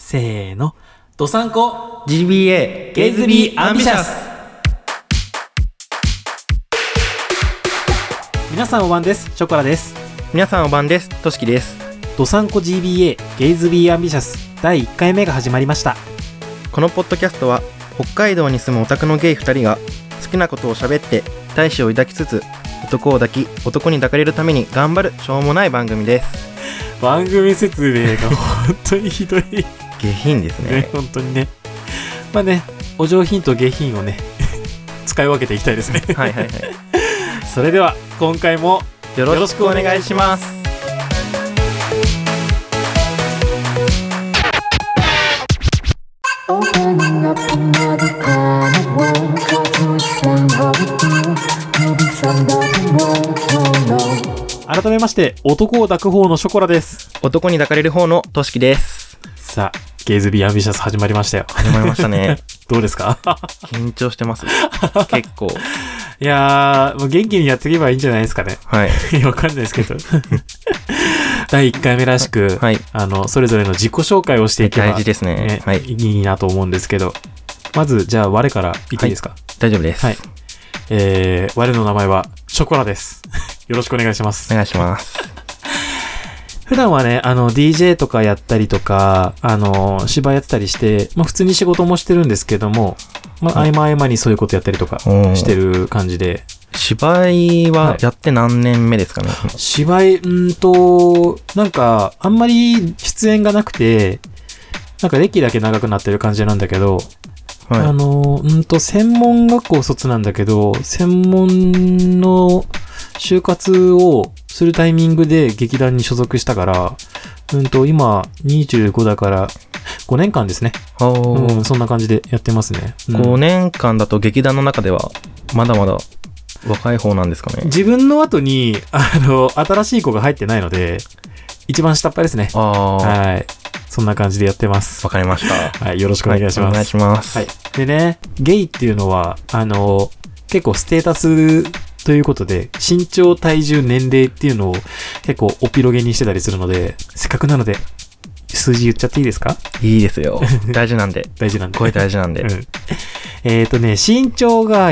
せーの、どさんこ GBA ゲイズビーアンビシャス。皆さんおばんです。ショコラです。 皆さんおばんです。としきです。 どさんこ GBA ゲイズビーアンビシャス第1回目が始まりました。 このポッドキャストは北海道に住むオタクのゲイ2人が好きなことを喋って大志を抱きつつ、男を抱き男に抱かれるために頑張るしょうもない番組です。 番組説明が本当にひどい下品ですね。 本当にね。まあね、お上品と下品をね使い分けていきたいですね。 はいはいはい。 それでは今回もよろしくお願いします。 改めまして男を抱く方のショコラです。 男に抱かれる方のとしきです。 さあ、ゲイズビーアンビシャス始まりましたよ。 始まりましたね。 どうですか？ 緊張してます結構。 いやー、もう元気にやっていけばいいんじゃないですかね。 はい。 わかんないですけど。第1回目らしく、 はい、 それぞれの自己紹介をしていけば、 大事ですね。はい。 いいなと思うんですけど、まず、じゃあ、我から言っていいですか？ はい、大丈夫です。 はい。我の名前は、ショコラです。よろしくお願いします。 お願いします。 普段はね、DJ とかやったりとか、芝居やってたりして、まあ普通に仕事もしてるんですけども、まあ合間合間にそういうことやったりとかしてる感じで。 芝居はやって何年目ですかね？はい、 芝居、なんか、あんまり出演がなくて、なんか歴だけ長くなってる感じなんだけど、はい、専門学校卒なんだけど、専門の就活をするタイミングで劇団に所属したから、今25だから5年間ですね。そんな感じでやってますね。 5年間だと劇団の中ではまだまだ若い方なんですかね。 自分の後に新しい子が入ってないので、一番下っ端ですね。はい。そんな感じでやってます。 わかりました。 はい、よろしくお願いします。はい、 お願いします。 はい。でね、ゲイっていうのは、結構ステータスということで、身長、体重、年齢っていうのを結構おピロゲにしてたりするので、せっかくなので、数字言っちゃっていいですか？ いいですよ。大事なんで。 大事なんで。 これ大事なんで。 身長が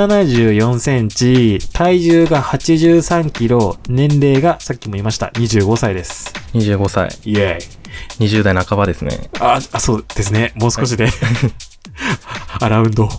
174センチ、体重が83キロ、年齢がさっきも言いました、25歳です。 25歳。 イェーイ。 20代半ばですね。 そうですね。もう少しで。アラウンド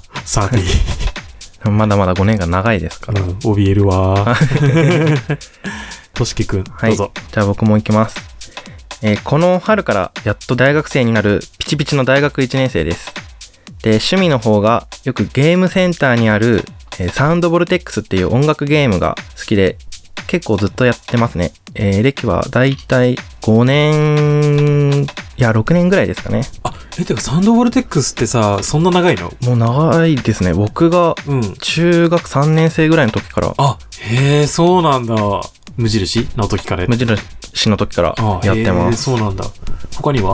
30。 まだまだ5年間長いですから。 怯えるわ。としきくん、どうぞ。 じゃあ僕も行きます。この春からやっと大学生になるピチピチの大学1年生です。で、趣味の方がよくゲームセンターにある、サウンドボルテックスっていう音楽ゲームが好きで、結構ずっとやってますね。歴はだいたい5年、いや6年ぐらいですかね。 てかサウンドボルテックスってさ、そんな長いの？ もう長いですね。僕が中学3年生ぐらいの時から。 へえ、そうなんだ。無印の時から。 無印の時からやってます。 そうなんだ。他には、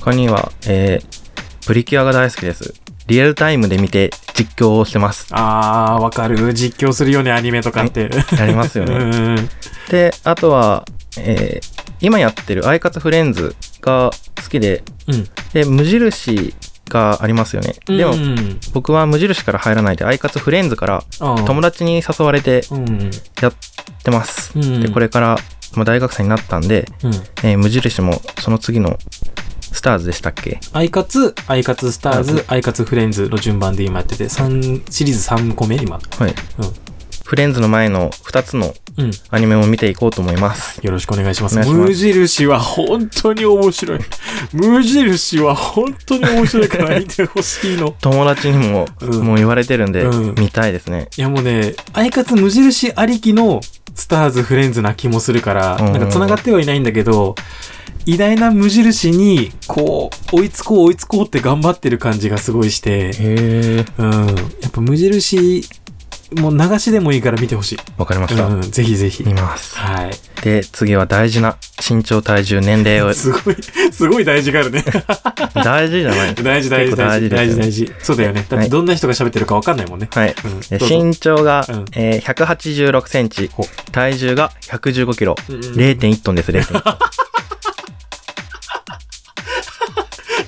プリキュアが大好きです。リアルタイムで見て実況をしてます。 わかる。実況するよね、アニメとかって。 やりますよね。で、あとは、今やってるアイカツフレンズが好きで、で、無印がありますよね。でも、僕は無印から入らないでアイカツフレンズから友達に誘われてやってます。で、これから大学生になったんで、無印もその次のスターズでしたっけ？ アイカツスターズ、アイカツフレンズの順番で今やってて、シリーズ3個目今。はい。 フレンズの前の2つのアニメも見ていこうと思います。 よろしくお願いします。無印は本当に面白い。無印は本当に面白いから見てほしいの。 友達にも、もう言われてるんで、見たいですね。 いやもうね、アイカツ無印ありきのスターズフレンズな気もするから、なんか繋がってはいないんだけど、偉大な無印にこう追いつこうって頑張ってる感じがすごいして、やっぱ無印もう流しでもいいから見てほしい。 わかりました。 ぜひぜひ見ます。 はい。 で、次は大事な身長、体重、年齢をすごい大事があるね。 大事じゃない？ 大事。そうだよね。だってどんな人が喋ってるかわかんないもんね。 はい。身長が186センチ、体重が115キロ、0.1 トンです。0.1 トン。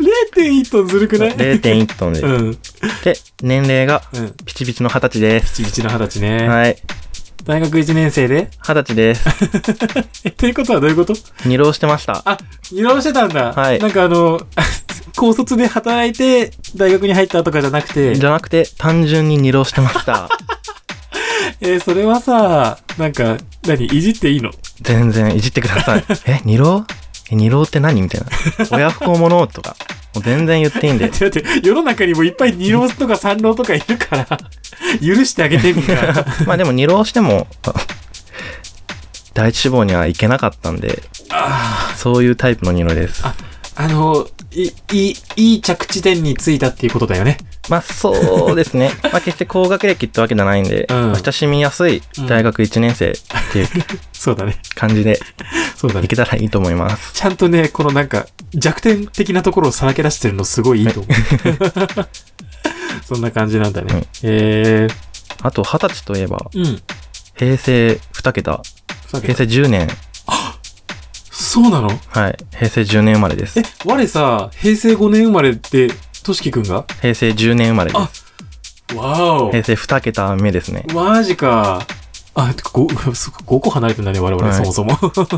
0.1 トンずるくない？ 0.1 トンです。うん。で、年齢が、ピチピチの20歳です。 ピチピチの20歳ね。 はい。 大学1年生で 20歳です。 ということはどういうこと？ 二浪してました。 あ、二浪してたんだ。 はい。 なんか高卒で働いて大学に入ったとかじゃなくて。 単純に二浪してました。 それはさ、なんか、いじっていいの？ 全然いじってください。二浪？二浪って何みたいな。親不孝者とか。もう全然言っていいんで。 だって世の中にもいっぱい二浪とか三浪とかいるから許してあげてみたいな。 まあでも二浪しても第一志望には行けなかったんで、そういうタイプの二浪です。 いい着地点についたっていうことだよね。 まあそうですね。まあ決して高学歴ってわけじゃないんで、親しみやすい大学1年生っていう、 そうだね。 感じで、そうだね。いけたらいいと思います。 ちゃんとね、このなんか弱点的なところをさらけ出してるのすごいいいと思う。そんな感じなんだね。 あと20歳といえば、平成2桁、平成10年。 そうなの？ はい。平成10年生まれです。 我さ、平成5年生まれって、としきくんが？ 平成10年生まれです。 わお。 平成2桁目ですね。 マジか。5個離れてんだね、我々、そもそも。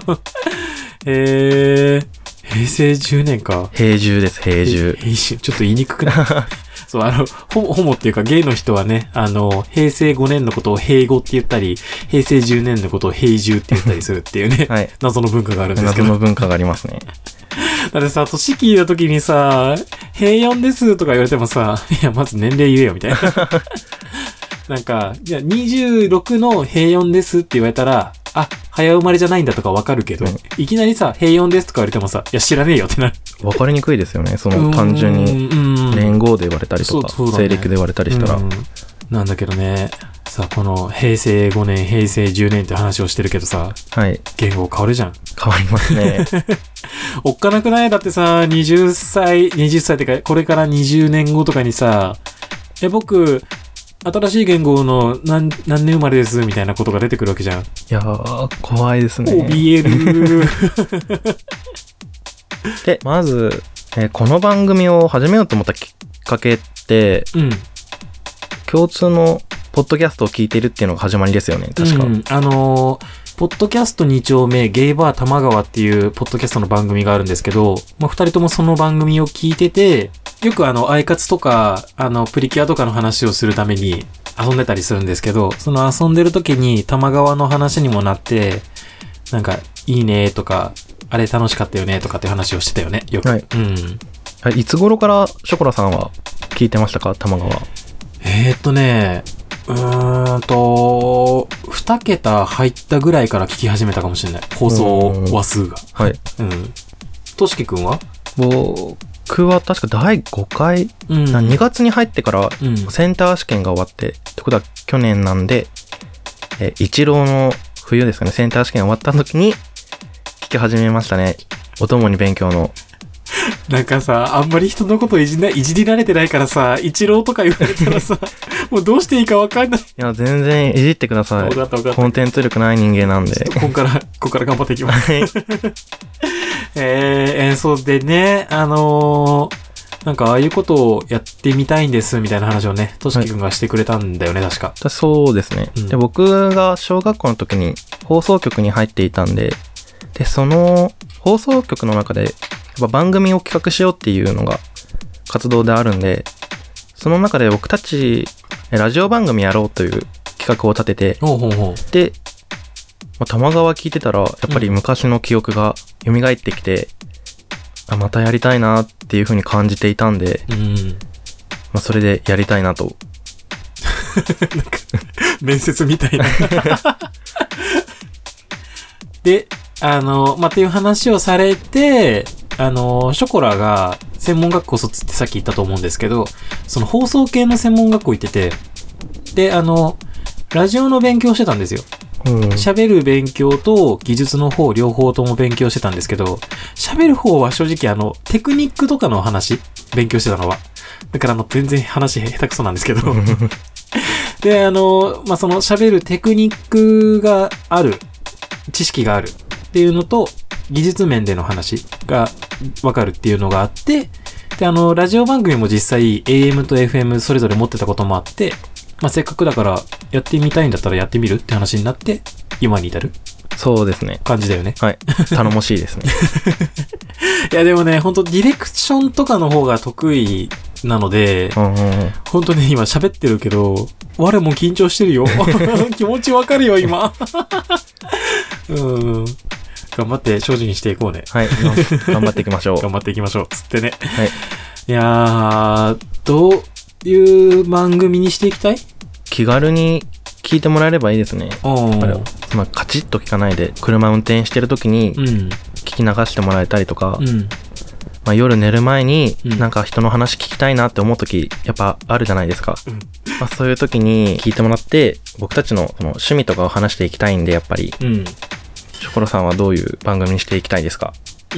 平成10年か。 平10です、平10。 ちょっと言いにくくない？そう、ホモっていうかゲイの人はね、平成5年のことを平5って言ったり、平成10年のことを平10って言ったりするっていうね、はい、謎の文化があるんですけど。 謎の文化がありますね。 だってさ、年聞いた時にさ、平4ですとか言われてもさ、いや、まず年齢言えよ、みたいな。なんか、いや、26の平4ですって言われたら、あ、早生まれじゃないんだとかわかるけど、いきなりさ、平4ですとか言われてもさ、いや、知らねえよってなる。 わかりにくいですよね。単純に、年号で言われたりとか、西暦で言われたりしたら。 なんだけどね、さ、この平成5年、平成10年って話をしてるけどさ、 はい。 言語変わるじゃん。 変わりますね。 おっかなくない？だってさ、20歳ってか、これから20年後とかにさ、僕、新しい言語の何年生まれですみたいなことが出てくるわけじゃん。いやー、怖いですね。 怯える。 で、まず、この番組を始めようと思ったきっかけって、共通のポッドキャストを聞いてるっていうのが始まりですよね、確か。 ポッドキャスト2丁目、ゲイバー玉川っていうポッドキャストの番組があるんですけど、2人ともその番組を聞いてて、よくアイカツとか、プリキュアとかの話をするために遊んでたりするんですけど、その遊んでる時に玉川の話にもなって、なんか、いいねとか、あれ楽しかったよねとかって話をしてたよね、よく。はい。 いつ頃からショコラさんは聞いてましたか、玉川。 2桁入ったぐらいから聞き始めたかもしれない。放送話数が。 はい。 としきくんは？ 僕は確か第5回、2月に入ってからセンター試験が終わって、ってことは去年なんで、一浪の冬ですかね、センター試験終わった時に聞き始めましたね。お供に勉強の。 なんかさ、あんまり人のこといじりられてないからさ、一郎とか言われたらさ、もうどうしていいか分かんない。いや、全然いじってください。 分かった。 コンテンツ力ない人間なんで。 ここから頑張っていきます。そうでね、なんかああいうことをやってみたいんですみたいな話をね、としきくんがしてくれたんだよね、確か。 そうですね。で、僕が小学校の時に放送局に入っていたんで、で、その放送局の中で、やっぱ番組を企画しようっていうのが活動であるんで、その中で僕たちラジオ番組やろうという企画を立てて、で、玉川聞いてたらやっぱり昔の記憶が蘇ってきて、またやりたいなっていう風に感じていたんで、それでやりたいなと。なんか面接みたいな。で、っていう話をされて、ショコラが専門学校卒ってさっき言ったと思うんですけど、その放送系の専門学校行ってて、で、ラジオの勉強してたんですよ。喋る勉強と技術の方両方とも勉強してたんですけど、喋る方は正直テクニックとかの話、勉強してたのは。だから全然話下手くそなんですけど。で、その喋るテクニックがある、知識があるっていうのと、技術面での話がわかるっていうのがあって、 で、ラジオ番組も実際 AM と FM それぞれ持ってたこともあって、まあ、せっかくだからやってみたいんだったらやってみるって話になって、今に至る。 そうですね。 感じだよね。 はい。頼もしいですね。 いやでもね、ほんとディレクションとかの方が得意なので、ほんとね、今喋ってるけど、我も緊張してるよ。気持ちわかるよ、今。頑張って精進していこうね。 はい。頑張っていきましょう。 頑張っていきましょう。つってね。 はい。 いやー、どういう番組にしていきたい？ 気軽に聞いてもらえればいいですね。まあ、カチッと聞かないで、車運転してる時に聞き流してもらえたりとか、まあ、夜寝る前になんか人の話聞きたいなって思う時やっぱあるじゃないですか。まあ、そういう時に聞いてもらって、僕たちのその趣味とかを話していきたいんで、やっぱり。ショコロさんはどういう番組にしていきたいですか？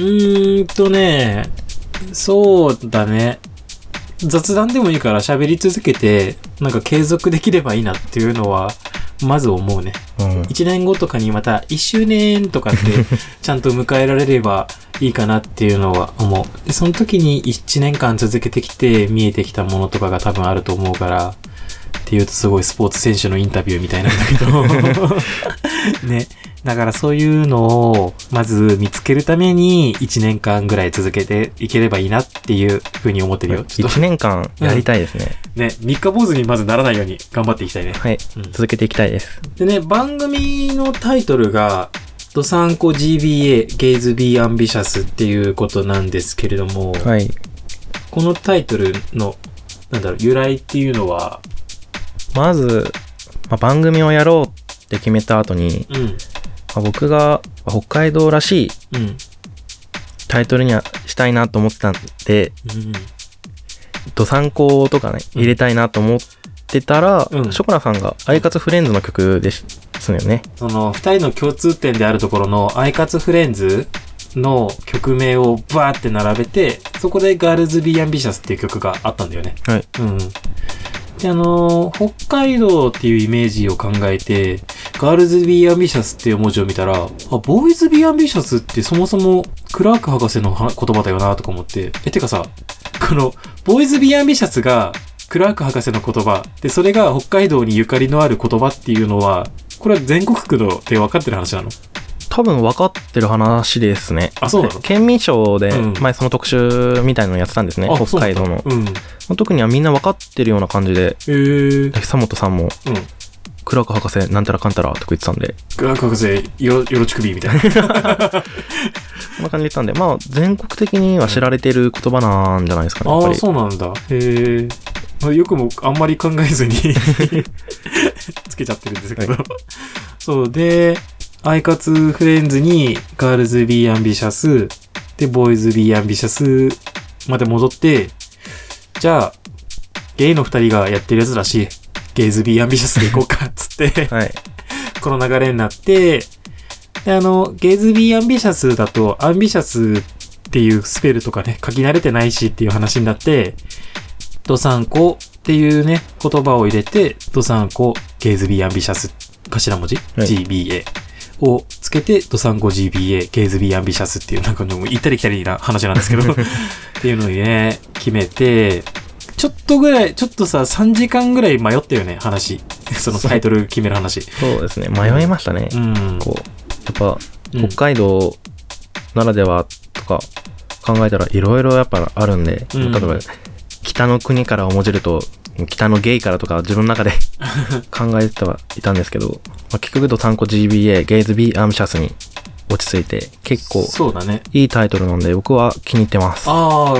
そうだね。雑談でもいいから喋り続けて、なんか継続できればいいなっていうのは、まず思うね。1年後とかにまた1周年とかってちゃんと迎えられればいいかなっていうのは思う。で、その時に1年間続けてきて見えてきたものとかが多分あると思うから、っていうとすごいスポーツ選手のインタビューみたいなんだけど。ね。だからそういうのをまず見つけるために1年間ぐらい続けていければいいなっていう風に思ってるよ。 1年間やりたいですね。 ね、三日坊主にまずならないように頑張っていきたいね。 はい。続けていきたいです。 でね、番組のタイトルが、ドサンコ GBA Gays Be Ambitious っていうことなんですけれども、 はい。 このタイトルの、由来っていうのは、 まず、番組をやろうって決めた後に、僕が北海道らしいタイトルにはしたいなと思ってたんで、ドサンコとかね、入れたいなと思ってたら、ショコラさんがアイカツフレンズの曲ですよね。 その二人の共通点であるところのアイカツフレンズの曲名をバーって並べて、そこでガールズ・ビー・アンビシャスっていう曲があったんだよね。 はい。 で、北海道っていうイメージを考えて、ガールズ・ビー・アンビシャスっていう文字を見たら、ボーイズ・ビー・アンビシャスってそもそもクラーク博士の言葉だよなとか思って、てかさ、この、ボーイズ・ビー・アンビシャスがクラーク博士の言葉、で、それが北海道にゆかりのある言葉っていうのは、これは全国区ので分かってる話なの？ 多分分かってる話ですね。 あ、そうなの？ 県民賞で前その特集みたいなのやってたんですね。北海道の。特にはみんな分かってるような感じで、久本さんも、クラーク博士なんたらかんたらとか言ってたんで。 クラーク博士よろちくびみたいな。 そんな感じで言ってたんで、全国的には知られてる言葉なんじゃないですかね。 ああ、そうなんだ。へえ。よくもあんまり考えずにつけちゃってるんですけど。そうで、アイカツフレンズにガールズビーアンビシャスでボーイズビーアンビシャスまで戻って、じゃあゲイの二人がやってるやつだし、ゲイズビーアンビシャスでいこうかっつって、この流れになって、でゲイズビーアンビシャスだとアンビシャスっていうスペルとかね書き慣れてないしっていう話になって、ドサンコっていうね言葉を入れて、ドサンコゲイズビーアンビシャス頭文字、GBAをつけて、ドサンコ GBA、ゲイズビーアンビシャスっていう、なんか行ったり来たりな話なんですけど、っていうのをね、決めて、ちょっとさ、3時間ぐらい迷ったよね、話。そのタイトル決める話。 そうですね、迷いましたね。こう、やっぱ、北海道ならではとか考えたらいろいろやっぱあるんで、例えば、北の国からをもじると、北のゲイからとか自分の中で考えてはいたんですけど、結局ドサンコ GBA ゲイズビーアンビシャスに落ち着いて、結構そうだね、 いいタイトルなんで僕は気に入ってます。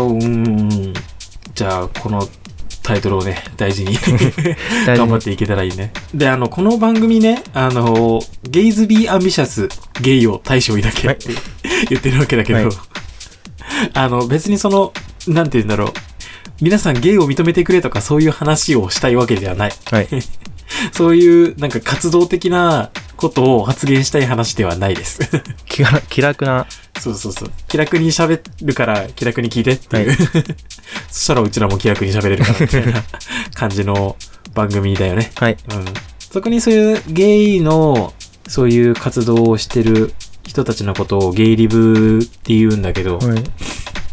じゃあこのタイトルをね大事に頑張っていけたらいいね。でこの番組ねゲイズビーアンビシャスゲイを大将にだけって言ってるわけだけど、別にそのなんて言うんだろう、皆さんゲイを認めてくれとかそういう話をしたいわけではない。そういうなんか活動的なことを発言したい話ではないです。 気楽な。 そう。気楽に喋るから気楽に聞いてっていう。そしたらうちらも気楽に喋れるからみたいな感じの番組だよね。そこにそういうゲイのそういう活動をしてる人たちのことをゲイリブって言うんだけど、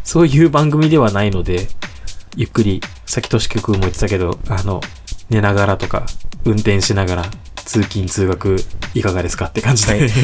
そういう番組ではないので、ゆっくり、さっきとしきくんも言ってたけど、寝ながらとか、運転しながら、通勤通学、いかがですかって感じで、はい、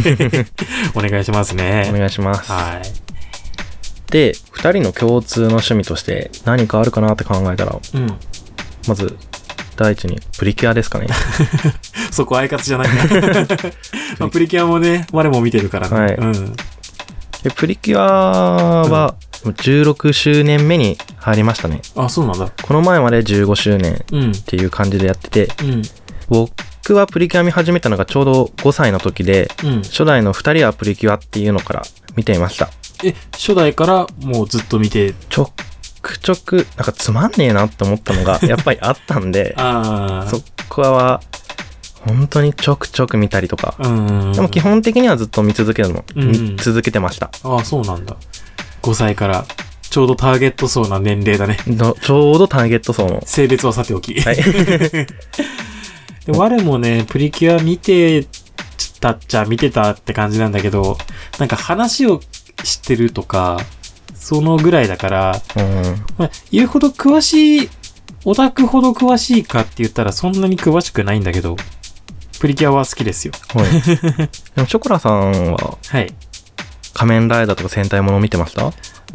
お願いしますね。 お願いします。 はい。 で、2人の共通の趣味として何かあるかなって考えたら、まず、第一にプリキュアですかね。 そこ相方じゃないな、まあ、プリキュアもね、我も見てるからね。 はい。でプリキュアは、16周年目に入りましたね。 あ、そうなんだ。 この前まで15周年っていう感じでやってて、僕はプリキュア見始めたのがちょうど5歳の時で、初代の2人はプリキュアっていうのから見ていました。 初代からもうずっと見てちょくちょくなんかつまんねえなって思ったのがやっぱりあったんでそこは本当にちょくちょく見たりとか、でも基本的にはずっと見続けてました。 ああ、そうなんだ。5歳からちょうどターゲット層な年齢だね。 ちょうどターゲット層の性別はさておき、はい、で我もねプリキュア見てたっちゃ見てたって感じなんだけど、なんか話を知ってるとかそのぐらいだから、まあ、言うほど詳しいオタクほど詳しいかって言ったらそんなに詳しくないんだけど、プリキュアは好きですよ。 はい、でもショコラさんは、 はい、 仮面ライダーとか戦隊もの見てました？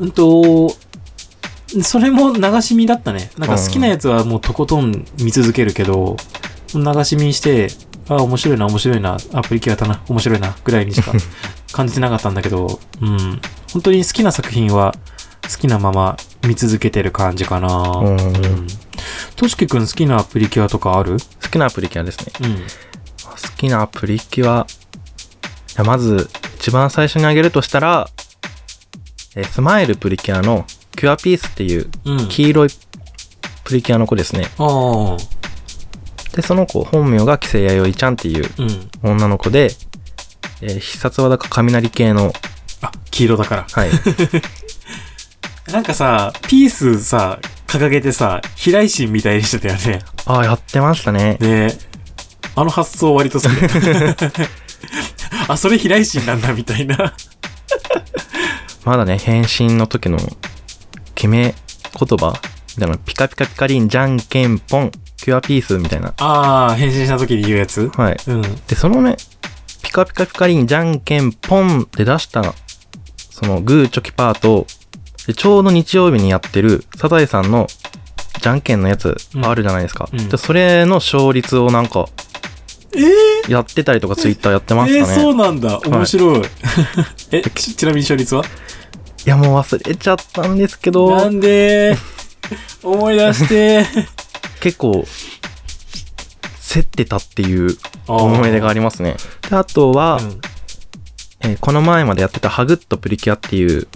それも流し見だったね。なんか好きなやつはもうとことん見続けるけど、流し見して、あ、面白いな、プリキュアだな、面白いな、ぐらいにしか感じてなかったんだけど、本当に好きな作品は好きなまま見続けてる感じかな。としきくん好きなプリキュアとかある？ 好きなプリキュアですね。好きなプリキュア、いやまず一番最初に挙げるとしたら、スマイルプリキュアのキュアピースっていう黄色いプリキュアの子ですね。でその子本名が木瀬弥生ちゃんっていう女の子で、必殺技が雷系の、 黄色だから、 はいなんかさピースさ掲げてさ飛来神みたいにしてたよね。 やってましたね。 あの発想割と好きそれ飛来神なんだみたいなまだね変身の時の決め言葉でもピカピカピカリンじゃんけんポンキュアピースみたいな。 変身した時に言うやつ。 はい。でそのねピカピカピカリンじゃんけんポンで出したそのグーチョキパーとでちょうど日曜日にやってるサザエさんのじゃんけんのやつあるじゃないですか。でそれの勝率をなんかやってたりとかツイッターやってましたね。 そうなんだ。面白い。ちなみに勝率は？ いやもう忘れちゃったんですけど。 なんで思い出して結構競ってたっていう思い出がありますね。であとは、この前までやってたハグッとプリキュアっていう、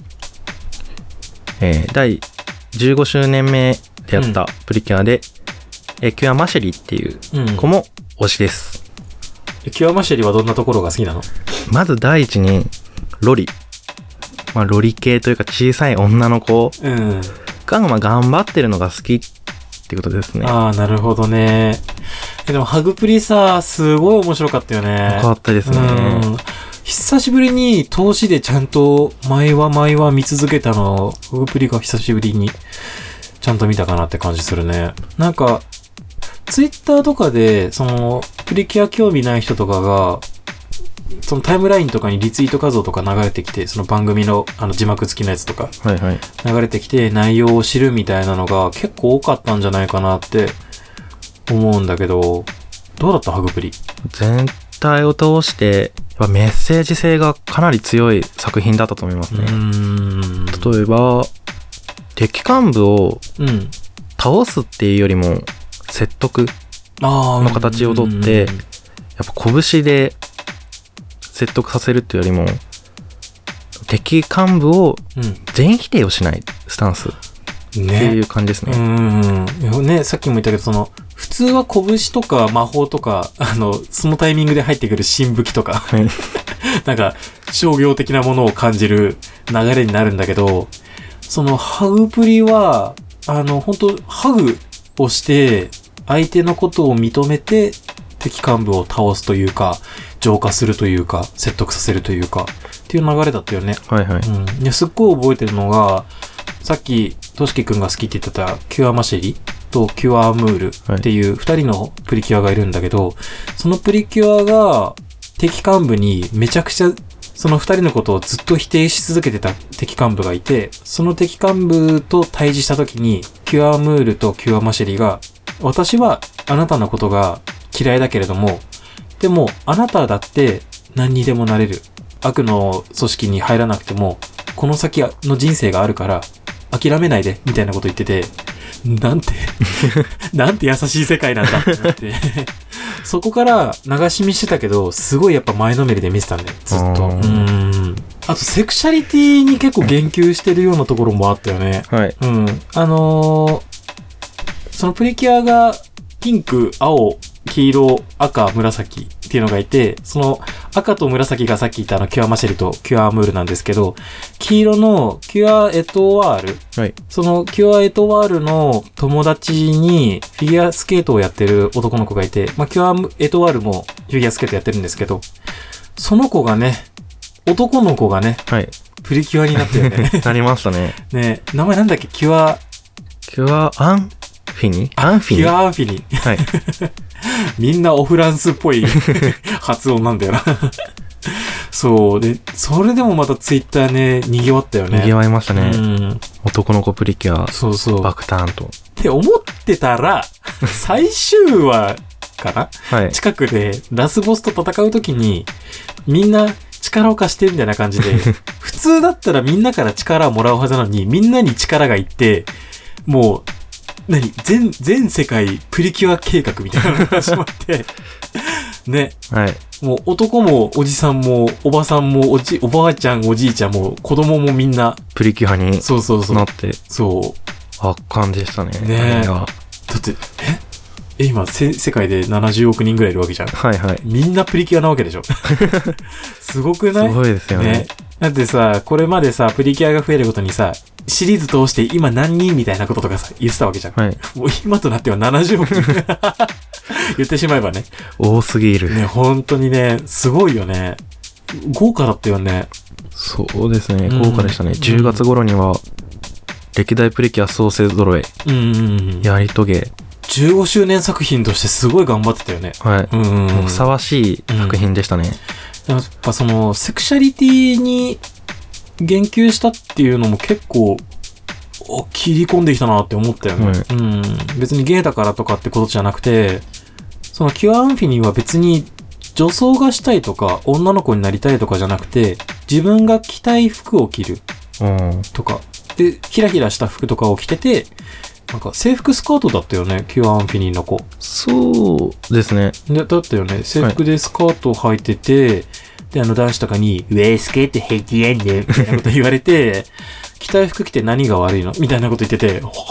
第15周年目でやったプリキュアで、キュアマシェリっていう子も推しです。 キュアマシェリはどんなところが好きなの？ まず第一にロリ、ロリ系というか小さい女の子が、頑張ってるのが好きってことですね。 なるほどね。でもハグプリさすごい面白かったよね。 よかったですね。 久しぶりに投資でちゃんと毎話見続けたの、ハグプリが久しぶりにちゃんと見たかなって感じするね。なんかツイッターとかでそのプリキュア興味ない人とかがそのタイムラインとかにリツイート画像とか流れてきて、その番組の字幕付きのやつとか流れてきて内容を知るみたいなのが結構多かったんじゃないかなって思うんだけど、どうだったハグプリ？ 全体を通してメッセージ性がかなり強い作品だったと思いますね。例えば敵幹部を倒すっていうよりも説得の形をとって、やっぱ拳で説得させるっていうよりも敵幹部を全否定をしないスタンスっていう感じですね。 さっきも言ったけど、その普通は拳とか魔法とかそのタイミングで入ってくる新武器とかなんか商業的なものを感じる流れになるんだけど、そのハグプリは本当ハグをして相手のことを認めて敵幹部を倒すというか、 浄化するというか、説得させるというか、っていう流れだったよね。 はいはい。 すっごい覚えてるのが、さっき、としきくんが好きって言ってた、キュアマシェリとキュアムールっていう二人のプリキュアがいるんだけど、そのプリキュアが敵幹部にめちゃくちゃその二人のことをずっと否定し続けてた敵幹部がいて、その敵幹部と対峙した時に、キュアムールとキュアマシェリが、私はあなたのことが嫌いだけれども、でもあなただって何にでもなれる。悪の組織に入らなくても、この先の人生があるから諦めないで、みたいなこと言ってて、なんて優しい世界なんだって思って。そこから流し見してたけど、すごいやっぱ前のめりで見てたんだよ、ずっと。あと、セクシャリティに結構言及してるようなところもあったよね。 はい。 そのプリキュアがピンク、青、黄色、赤、紫っていうのがいて、その赤と紫がさっき言ったキュアマシェリとキュアムールなんですけど、黄色のキュアエトワール、 はい、 そのキュアエトワールの友達にフィギュアスケートをやってる男の子がいて、まあ、キュアエトワールもフィギュアスケートやってるんですけど、その子がね、男の子がね、 はい、 プリキュアになってるね。 なりましたね。 ね、名前なんだっけ、キュアアンフィニアンフィニキュアアンフィニ。はい。みんなオフランスっぽい発音なんだよな。そう。で、それでもまたツイッターね、賑わったよね。 賑わいましたね。男の子プリキュア。 そうそう。 爆誕と。 って思ってたら、最終話かな、はい。近くでラスボスと戦うときに、みんな力を貸してみたいな感じで、普通だったらみんなから力をもらうはずなのに、みんなに力がいって、もう、全世界プリキュア計画みたいなのが始まって、ね。はい。もう男もおじさんもおばさんもおばあちゃんおじいちゃんも子供もみんなプリキュアになって。 そう。 圧巻でしたね。 ねえ。だって、今世界で70億人ぐらいいるわけじゃん。 はいはい。 みんなプリキュアなわけでしょ。すごくない？ すごいですよね。 だってさ、これまでさ、プリキュアが増えるごとにさ、シリーズ通して今何人みたいなこととかさ、言ってたわけじゃん。はい。もう今となっては70億人。言ってしまえばね。 多すぎる。 ね、本当にね、すごいよね。豪華だったよね。 そうですね、豪華でしたね。10月頃には、歴代プリキュア総勢揃え。やり遂げ。 15周年作品としてすごい頑張ってたよね。 はい。もうふさわしい作品でしたね。 やっぱその、セクシャリティに言及したっていうのも結構、切り込んできたなって思ったよね。別にゲイだからとかってことじゃなくて、そのキュアアンフィニーは別に女装がしたいとか、女の子になりたいとかじゃなくて、自分が着たい服を着るとか、で、ヒラヒラした服とかを着てて、なんか制服スカートだったよね、キュアアンフィニーの子。 そうですね。 だったよね。制服でスカートを履いてて、で、男子とかに、ウェイスケート平気やんねん、みたいなこと言われて、着たい服着て何が悪いのみたいなこと言ってて、かっ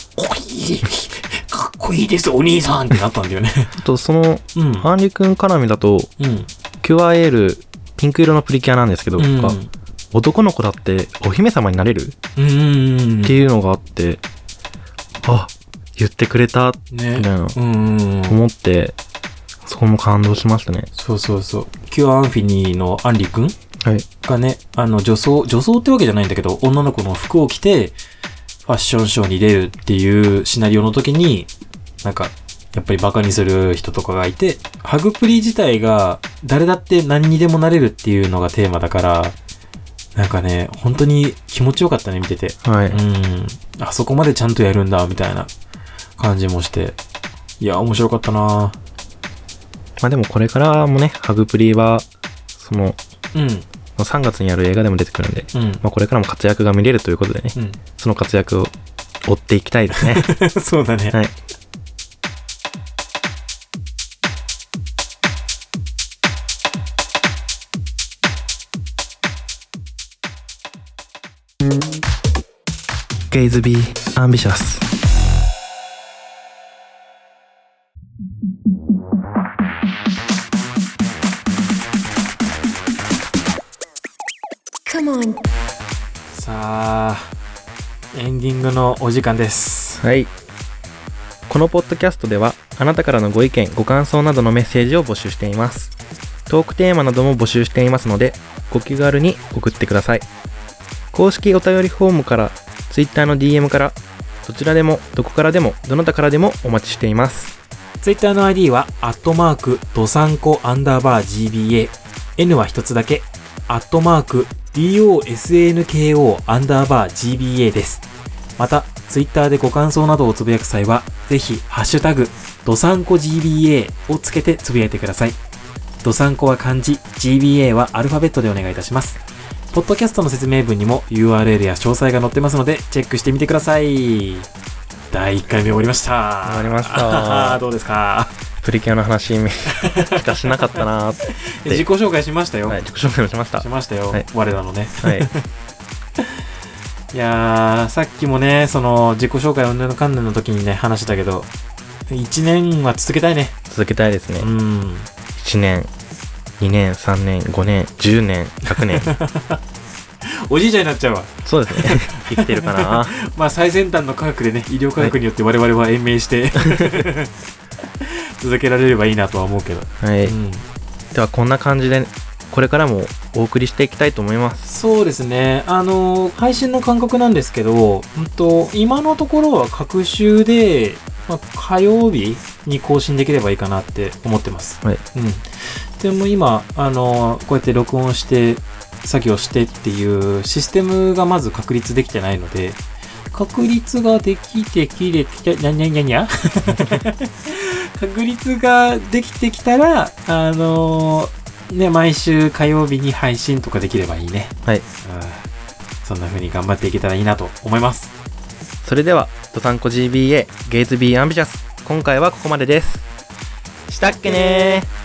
こいいです、お兄さんってなったんだよね。 と、その、アンリ君絡みだと、キュアエール、ピンク色のプリキュアなんですけど、男の子だってお姫様になれるっていうのがあって、あ、言ってくれた、みたいな、思って、そこも感動しましたね。 そう。キュアアンフィニーのアンリ君がね、女装ってわけじゃないんだけど、女の子の服を着て、ファッションショーに出るっていうシナリオの時に、なんか、やっぱりバカにする人とかがいて、ハグプリ自体が誰だって何にでもなれるっていうのがテーマだから、なんかね、本当に気持ちよかったね、見てて。 はい。 あそこまでちゃんとやるんだ、みたいな感じもして。いや、面白かったな。 まあでもこれからもね、ハグプリは、その、3月にやる映画でも出てくるんで、まあこれからも活躍が見れるということでね、その活躍を追っていきたいですね。 そうだね。はい。 ゲイズビーアンビシャス。 さあ、エンディングのお時間です。 はい。このポッドキャストではあなたからのご意見ご感想などのメッセージを募集しています。 トークテーマなども募集していますので、ご気軽に送ってください。公式お便りフォームから、Twitter の DM から、どちらでも、どこからでも、どなたからでもお待ちしています。 Twitter の ID は、どさんこ_GBA。N は一つだけ、DOSANKO_GBA です。また、Twitter でご感想などをつぶやく際は、ぜひ、ハッシュタグ、どさんこ GBA をつけてつぶやいてください。どさんこは漢字、GBA はアルファベットでお願いいたします。ポッドキャストの説明文にも URL や詳細が載ってますので、チェックしてみてください。第1回目終わりました。 終わりました。 どうですか？ プリキュアの話しかしなかったなって。 自己紹介しましたよ。 はい、自己紹介もしました。 しましたよ。はい、我らのね。 はい。 いやー、さっきもね、その自己紹介うんぬんかんぬんの時にね、話したけど、1年は続けたいね。 続けたいですね。 うん。 1年、2年、3年、5年、10年、100年。 おじいちゃんになっちゃうわ。 そうですね。生きてるかな。 まあ最先端の科学でね、医療科学によって我々は延命して、続けられればいいなとは思うけど。 はい。うん、ではこんな感じで、これからもお送りしていきたいと思います。 そうですね。配信の感覚なんですけど、今のところは各週で、まあ、火曜日に更新できればいいかなって思ってます。 はい。 うん。でも今、こうやって録音して、作業してっていうシステムがまず確立できてないので、確立ができてきれて、確立ができてきたら、ね、毎週火曜日に配信とかできればいいね。 はい。 そんな風に頑張っていけたらいいなと思います。 それでは、どさんこ GBA、ゲイズビーアンビシャス。今回はここまでです。したっけねー。